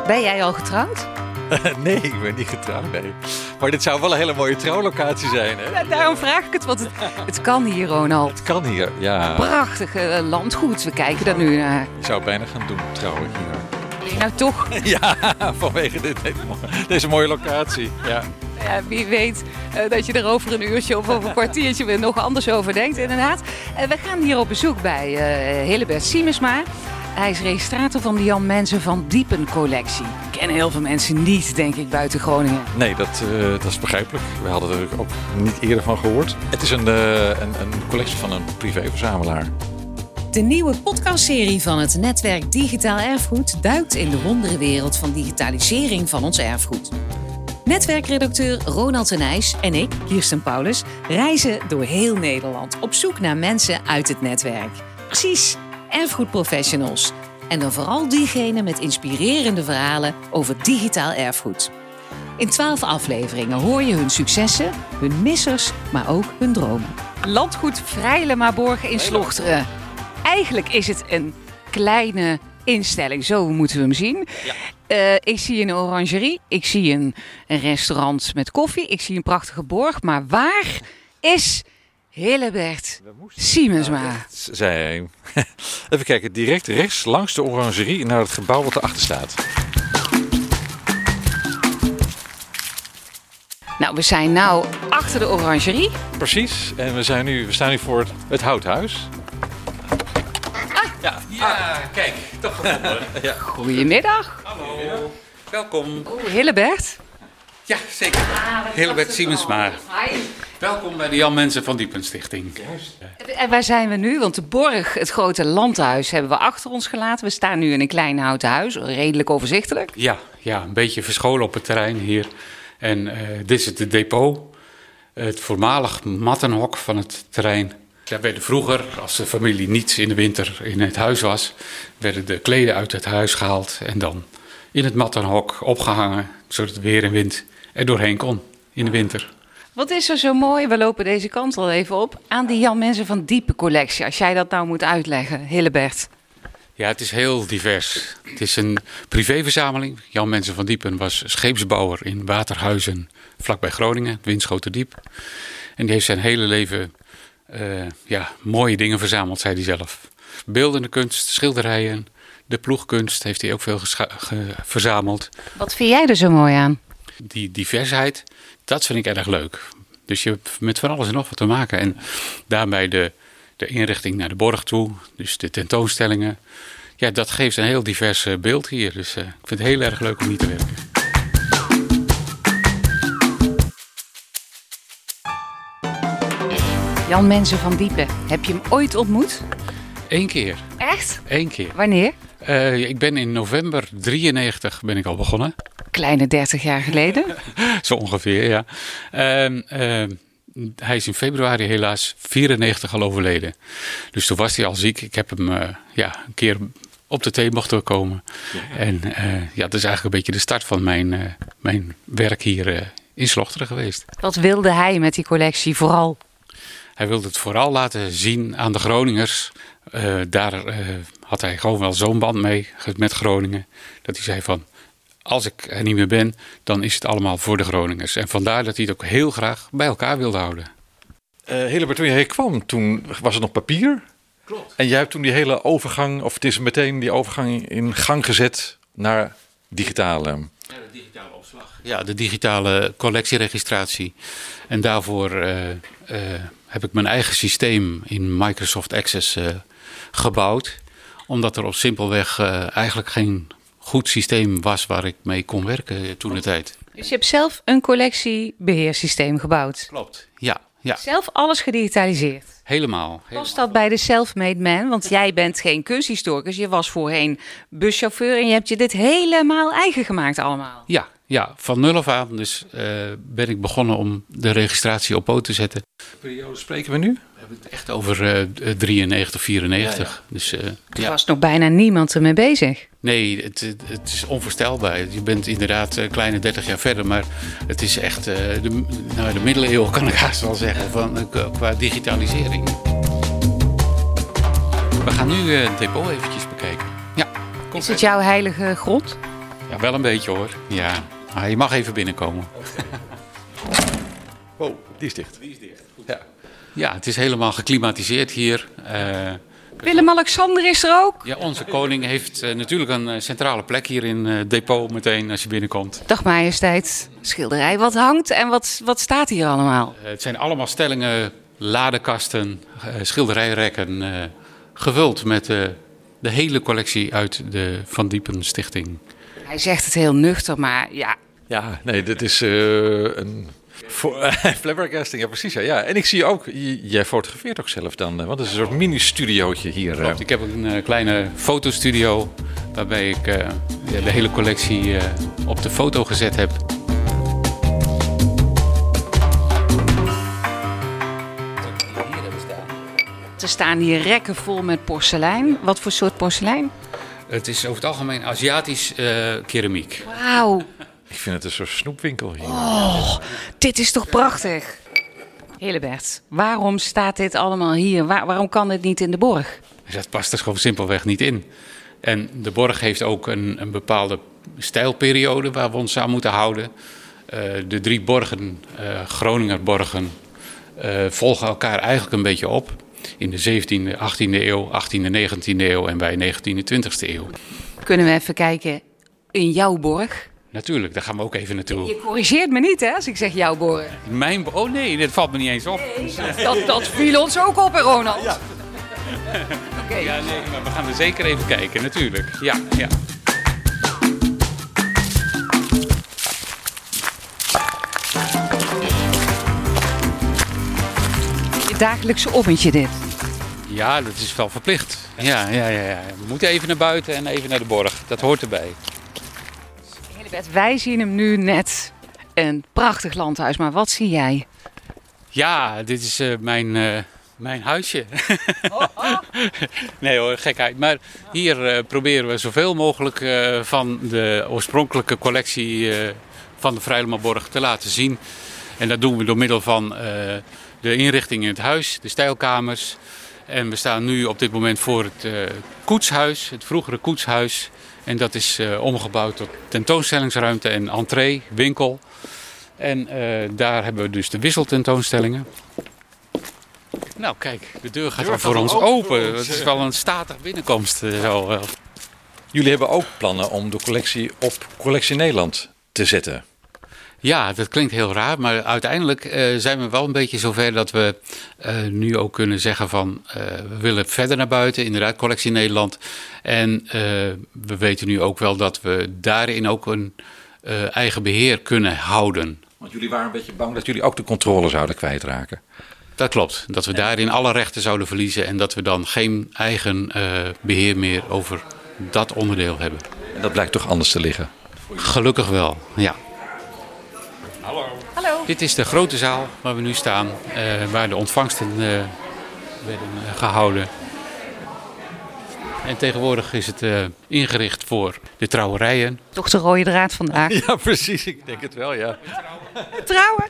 Ben jij al getrouwd? Nee, ik ben niet getrouwd, nee. Maar dit zou wel een hele mooie trouwlocatie zijn, hè? Ja, daarom vraag ik het, want het kan hier, Ronald. Het kan hier, ja. Prachtig landgoed, we kijken daar nu naar. Je zou bijna gaan doen, trouwen hier. Ben je nou toch? Ja, vanwege deze mooie locatie, ja. Ja, wie weet dat je er over een uurtje of over een kwartiertje weer nog anders over denkt, inderdaad. We gaan hier op bezoek bij Hillebert Siemensma. Hij is registrator van de Jan Mensen van Diepen collectie. Kennen heel veel mensen niet, denk ik, buiten Groningen. Nee, dat is begrijpelijk. We hadden er ook niet eerder van gehoord. Het is een collectie van een privéverzamelaar. De nieuwe podcastserie van het netwerk Digitaal Erfgoed duikt in de wonderenwereld van digitalisering van ons erfgoed. Netwerkredacteur Ronald de Nijs en ik, Kirsten Paulus, reizen door heel Nederland op zoek naar mensen uit het netwerk. Precies, erfgoedprofessionals. En dan vooral diegenen met inspirerende verhalen over digitaal erfgoed. In 12 afleveringen hoor je hun successen, hun missers, maar ook hun dromen. Landgoed Vrijlemaborg in Slochteren. Eigenlijk is het een kleine instelling, zo moeten we hem zien. Ja. Ik zie een orangerie, ik zie een restaurant met koffie, ik zie een prachtige borg. Maar waar is Hillebert Siemensma? Zei hij. Even kijken, direct rechts langs de orangerie naar het gebouw wat erachter staat. Nou, we zijn nou achter de orangerie. Precies, en we staan nu voor het Houthuis. Ja, kijk, toch gevonden. Ja. Goedemiddag. Hallo. Welkom. Hillebert. Ja, zeker. Hillebert Siemensma. Hi. Welkom bij de Jan Mensen van Diepen Stichting. En waar zijn we nu? Want de borg, het grote landhuis, hebben we achter ons gelaten. We staan nu in een klein houten huis, redelijk overzichtelijk. Ja, een beetje verscholen op het terrein hier. En dit is het depot. Het voormalig mattenhok van het terrein. Daar werden vroeger, als de familie niet in de winter in het huis was, werden de kleden uit het huis gehaald en dan in het mattenhok opgehangen, zodat het weer en wind er doorheen kon in de winter. Wat is er zo mooi, we lopen deze kant al even op, aan die Jan Mensen van Diepen collectie? Als jij dat nou moet uitleggen, Hillebert. Ja, het is heel divers. Het is een privéverzameling. Jan Mensen van Diepen was scheepsbouwer in Waterhuizen, vlakbij Groningen, het Winschoterdiep. En die heeft zijn hele leven mooie dingen verzameld, zei hij zelf. Beeldende kunst, schilderijen, de ploegkunst heeft hij ook veel verzameld. Wat vind jij er zo mooi aan? Die diversheid, dat vind ik erg leuk. Dus je hebt met van alles en nog wat te maken. En daarbij de inrichting naar de borg toe, dus de tentoonstellingen. Ja, dat geeft een heel divers beeld hier. Dus ik vind het heel erg leuk om hier te werken. Jan Mensen van Diepen, heb je hem ooit ontmoet? 1 keer. Echt? 1 keer. Wanneer? Ik ben in november 93 ben ik al begonnen. Kleine 30 jaar geleden. Zo ongeveer, ja. Hij is in februari helaas 94 al overleden. Dus toen was hij al ziek. Ik heb hem een keer op de thee mochten komen. Ja. En dat is eigenlijk een beetje de start van mijn werk hier in Slochteren geweest. Wat wilde hij met die collectie vooral? Hij wilde het vooral laten zien aan de Groningers. Daar had hij gewoon wel zo'n band mee met Groningen. Dat hij zei van, als ik er niet meer ben, dan is het allemaal voor de Groningers. En vandaar dat hij het ook heel graag bij elkaar wilde houden. Hillebert, toen jij kwam, toen was het nog papier. Klopt. En jij hebt toen die hele overgang, of het is meteen die overgang in gang gezet naar digitale. Ja, de digitale opslag. Ja, de digitale collectieregistratie. En daarvoor heb ik mijn eigen systeem in Microsoft Access gebouwd. Omdat er op simpelweg eigenlijk geen goed systeem was waar ik mee kon werken toen de tijd. Dus je hebt zelf een collectiebeheersysteem gebouwd? Klopt, ja. Zelf alles gedigitaliseerd? Helemaal. Was dat bij de self-made man? Want jij bent geen kunsthistoricus, je was voorheen buschauffeur en je hebt je dit helemaal eigen gemaakt allemaal. Ja, van nul af aan. Dus ben ik begonnen om de registratie op poot te zetten. Welke periode spreken we nu? We hebben het echt over 93, 94. Ja. Dus, er was nog bijna niemand ermee bezig. Nee, het is onvoorstelbaar. Je bent inderdaad een kleine 30 jaar verder, maar het is echt de middeleeuwen, kan ik haast wel zeggen, qua digitalisering. We gaan nu het depot eventjes bekijken. Ja, is het jouw heilige grond? Ja, wel een beetje hoor. Ja, maar je mag even binnenkomen. Oh, die is dicht. Ja. Ja, het is helemaal geklimatiseerd hier. Willem-Alexander is er ook. Ja, onze koning heeft natuurlijk een centrale plek hier in het depot meteen als je binnenkomt. Dag majesteit. Schilderij wat hangt en wat staat hier allemaal? Het zijn allemaal stellingen, ladekasten, schilderijrekken, gevuld met de hele collectie uit de Van Diepen Stichting. Hij zegt het heel nuchter, maar ja. Ja, nee, dit is een flabbergasting, ja precies. Ja. En ik zie ook, jij fotografeert ook zelf dan, want het is een soort mini-studiootje hier. Klopt, ik heb een kleine fotostudio waarbij ik de hele collectie op de foto gezet heb. Er staan hier rekken vol met porselein. Wat voor soort porselein? Het is over het algemeen Aziatisch keramiek. Wauw. Ik vind het een soort snoepwinkel hier. Oh, dit is toch prachtig. Hilebert, waarom staat dit allemaal hier? Waarom kan dit niet in de borg? Dat past er gewoon simpelweg niet in. En de borg heeft ook een bepaalde stijlperiode waar we ons aan moeten houden. De 3 borgen, Groninger borgen, volgen elkaar eigenlijk een beetje op. In de 17e, 18e eeuw, 18e, 19e eeuw en bij 19e, 20e eeuw. Kunnen we even kijken in jouw borg? Natuurlijk, daar gaan we ook even naartoe. Je corrigeert me niet, hè, als ik zeg jouw borg. Oh nee, dat valt me niet eens op. Dat viel ons ook op, hè, Ronald? Ja. Oké. Ja, nee, maar we gaan er zeker even kijken, natuurlijk. Ja. Je dagelijkse ommetje dit. Ja, dat is wel verplicht. Ja. We moeten even naar buiten en even naar de borg. Dat hoort erbij. Hilebert, wij zien hem nu net. Een prachtig landhuis, maar wat zie jij? Ja, dit is mijn huisje. Nee hoor, gekheid. Maar hier proberen we zoveel mogelijk van de oorspronkelijke collectie van de Vrijlemaborg te laten zien. En dat doen we door middel van de inrichting in het huis, de stijlkamers. En we staan nu op dit moment voor het koetshuis, het vroegere koetshuis. En dat is omgebouwd tot tentoonstellingsruimte en entree, winkel. En daar hebben we dus de wisseltentoonstellingen. Nou kijk, de deur gaat al voor ons open. Het is wel een statige binnenkomst. Zo. Jullie hebben ook plannen om de collectie op Collectie Nederland te zetten. Ja, dat klinkt heel raar, maar uiteindelijk zijn we wel een beetje zover dat we nu ook kunnen zeggen van we willen verder naar buiten, inderdaad Collectie Nederland. En we weten nu ook wel dat we daarin ook een eigen beheer kunnen houden. Want jullie waren een beetje bang dat jullie ook de controle zouden kwijtraken. Dat klopt, dat we daarin alle rechten zouden verliezen en dat we dan geen eigen beheer meer over dat onderdeel hebben. En dat blijkt toch anders te liggen? Gelukkig wel, ja. Hallo. Dit is de grote zaal waar we nu staan, waar de ontvangsten werden gehouden. En tegenwoordig is het ingericht voor de trouwerijen. Toch de rode draad vandaag. Ja, precies. Ik denk het wel, ja. Trouwen.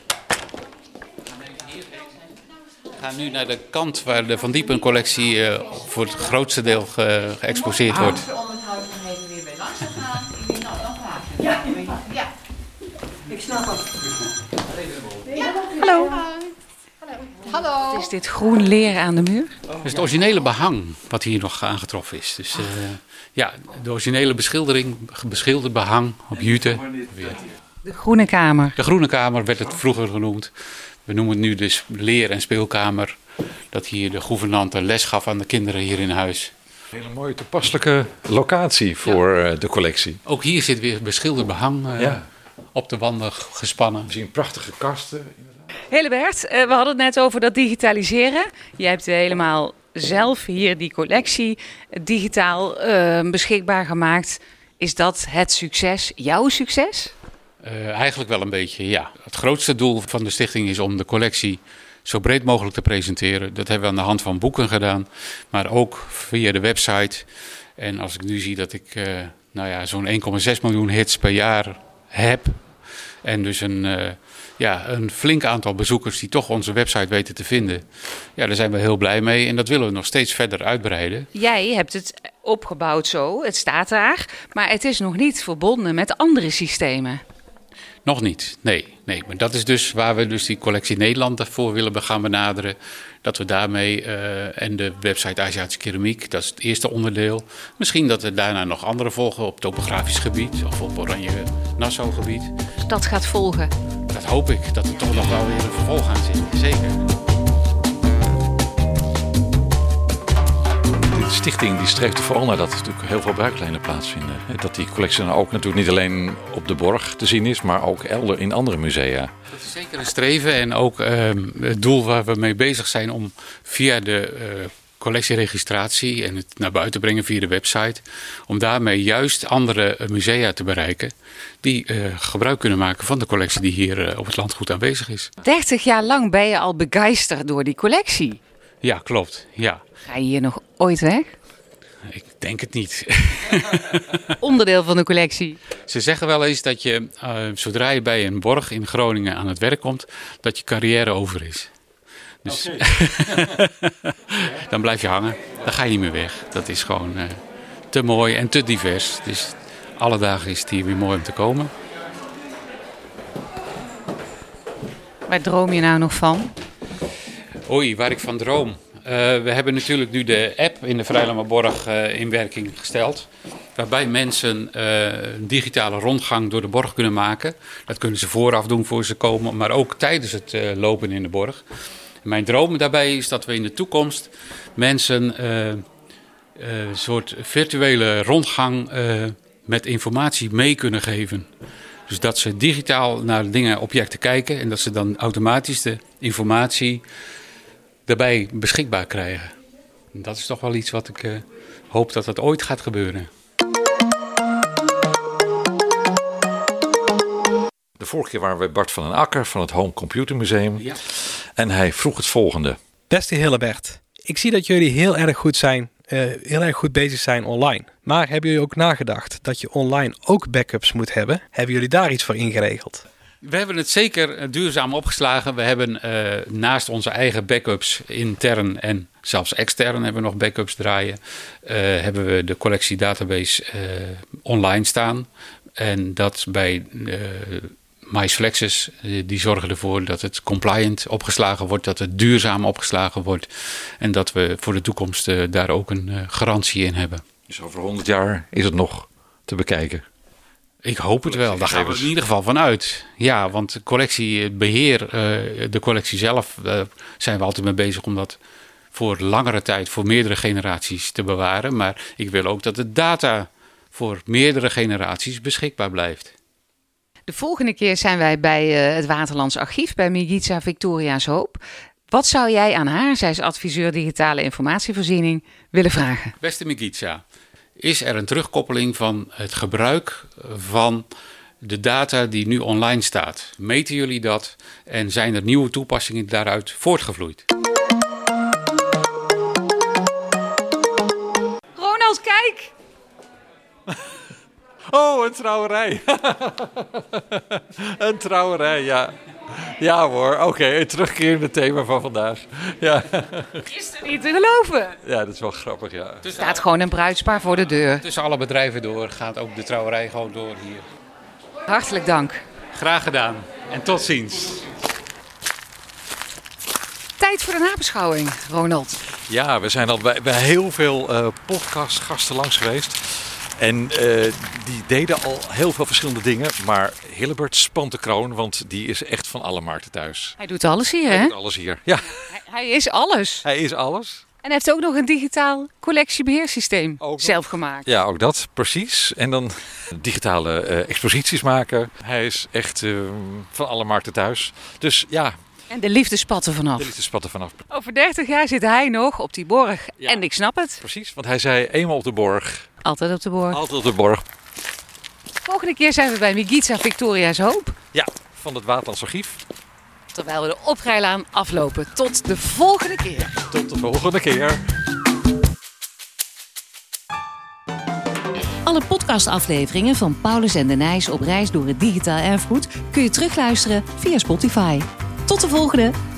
We gaan nu naar de kant waar de Van Diepen collectie voor het grootste deel geëxposeerd wordt. Om het huis nog even weer bij langs te gaan. Ik denk, nou, dan vraag je. Ja. Ik snap het. Hallo. Hallo. Is dit groen leer aan de muur? Dat is het originele behang wat hier nog aangetroffen is. Dus ja, de originele beschilderd behang op jute. De groene kamer. De Groene Kamer werd het vroeger genoemd. We noemen het nu dus leer- en speelkamer. Dat hier de gouvernante les gaf aan de kinderen hier in huis. Een hele mooie toepasselijke locatie voor de collectie. Ook hier zit weer beschilderd behang op de wanden gespannen. We zien prachtige kasten. Hilebert, we hadden het net over dat digitaliseren. Je hebt helemaal zelf hier die collectie digitaal beschikbaar gemaakt. Is dat het succes, jouw succes? Eigenlijk wel een beetje, ja. Het grootste doel van de stichting is om de collectie zo breed mogelijk te presenteren. Dat hebben we aan de hand van boeken gedaan, maar ook via de website. En als ik nu zie dat ik zo'n 1,6 miljoen hits per jaar heb En dus een flink aantal bezoekers die toch onze website weten te vinden. Ja, daar zijn we heel blij mee en dat willen we nog steeds verder uitbreiden. Jij hebt het opgebouwd zo, het staat daar, maar het is nog niet verbonden met andere systemen. Nog niet, nee. Maar dat is dus waar we dus die collectie Nederland voor willen gaan benaderen. Dat we daarmee en de website Aziatische Keramiek, dat is het eerste onderdeel. Misschien dat er daarna nog andere volgen op topografisch gebied of op Oranje-Nassau gebied. Dat gaat volgen. Dat hoop ik, dat er toch nog wel weer een vervolg aan zit, zeker. De stichting die streeft er vooral naar dat er natuurlijk heel veel bruiklijnen plaatsvinden. Dat die collectie dan ook natuurlijk niet alleen op de Borg te zien is, maar ook elders in andere musea. Dat is zeker een streven en ook het doel waar we mee bezig zijn om via de collectieregistratie en het naar buiten brengen via de website, om daarmee juist andere musea te bereiken die gebruik kunnen maken van de collectie die hier op het landgoed aanwezig is. 30 jaar lang ben je al begeisterd door die collectie. Ja, klopt. Ja. Ga je hier nog ooit weg? Ik denk het niet. Onderdeel van de collectie. Ze zeggen wel eens dat je, zodra je bij een borg in Groningen aan het werk komt, dat je carrière over is. Dus dan blijf je hangen. Dan ga je niet meer weg. Dat is gewoon te mooi en te divers. Dus alle dagen is het hier weer mooi om te komen. Waar droom je nou nog van? Oei, waar ik van droom. We hebben natuurlijk nu de app in de Vrijlamerborg in werking gesteld. Waarbij mensen een digitale rondgang door de borg kunnen maken. Dat kunnen ze vooraf doen voor ze komen, maar ook tijdens het lopen in de borg. Mijn droom daarbij is dat we in de toekomst mensen een soort virtuele rondgang met informatie mee kunnen geven. Dus dat ze digitaal naar dingen, objecten kijken en dat ze dan automatisch de informatie daarbij beschikbaar krijgen. En dat is toch wel iets wat ik hoop dat dat ooit gaat gebeuren. De vorige keer waren we Bart van den Akker van het Home Computer Museum. Ja. En hij vroeg het volgende. Beste Hillebert, ik zie dat jullie heel erg goed bezig zijn online. Maar hebben jullie ook nagedacht dat je online ook backups moet hebben? Hebben jullie daar iets voor ingeregeld? We hebben het zeker duurzaam opgeslagen. We hebben naast onze eigen backups intern en zelfs extern hebben we nog backups draaien. Hebben we de collectie database online staan. En dat bij MySflexes, die zorgen ervoor dat het compliant opgeslagen wordt, dat het duurzaam opgeslagen wordt. En dat we voor de toekomst daar ook een garantie in hebben. Dus over 100 jaar is het nog te bekijken. Ik hoop het wel. Daar gaan we in ieder geval van uit. Ja, want collectiebeheer, de collectie zelf, zijn we altijd mee bezig om dat voor langere tijd, voor meerdere generaties te bewaren. Maar ik wil ook dat de data voor meerdere generaties beschikbaar blijft. De volgende keer zijn wij bij het Waterlands Archief, bij Migica Victoria's Hoop. Wat zou jij aan haar, zij is adviseur digitale informatievoorziening, willen vragen? Beste Migica, is er een terugkoppeling van het gebruik van de data die nu online staat? Meten jullie dat en zijn er nieuwe toepassingen daaruit voortgevloeid? Ronald, kijk! Oh, een trouwerij. Een trouwerij, ja. Ja hoor, oké, het terugkerende thema van vandaag. Ja. Is er niet te geloven? Ja, dat is wel grappig, ja. Er staat gewoon een bruidspaar voor de deur. Tussen alle bedrijven door gaat ook de trouwerij gewoon door hier. Hartelijk dank. Graag gedaan en tot ziens. Tijd voor de nabeschouwing, Ronald. Ja, we zijn al bij heel veel podcastgasten langs geweest. En die deden al heel veel verschillende dingen. Maar Hillebert spant de kroon, want die is echt van alle markten thuis. Hij doet alles hier, hè? Hij doet alles hier. Ja, Hij is alles. hij is alles. En heeft ook nog een digitaal collectiebeheersysteem Ook nog. zelf gemaakt. Ja, ook dat, precies. En dan digitale exposities maken. Hij is echt van alle markten thuis. Dus ja, En de liefde spat er vanaf. de liefde spat er vanaf. Over 30 jaar zit hij nog op die borg. Ja. En ik snap het. Precies, want hij zei eenmaal op de borg, Altijd op de borg. altijd op de borg. Volgende keer zijn we bij Migica Victoria's Hoop. Ja, van het Waterlands Archief. Terwijl we de oprijlaan aflopen. Tot de volgende keer. Tot de volgende keer. Alle podcastafleveringen van Paulus en de Nijs op reis door het digitaal erfgoed kun je terugluisteren via Spotify. Tot de volgende!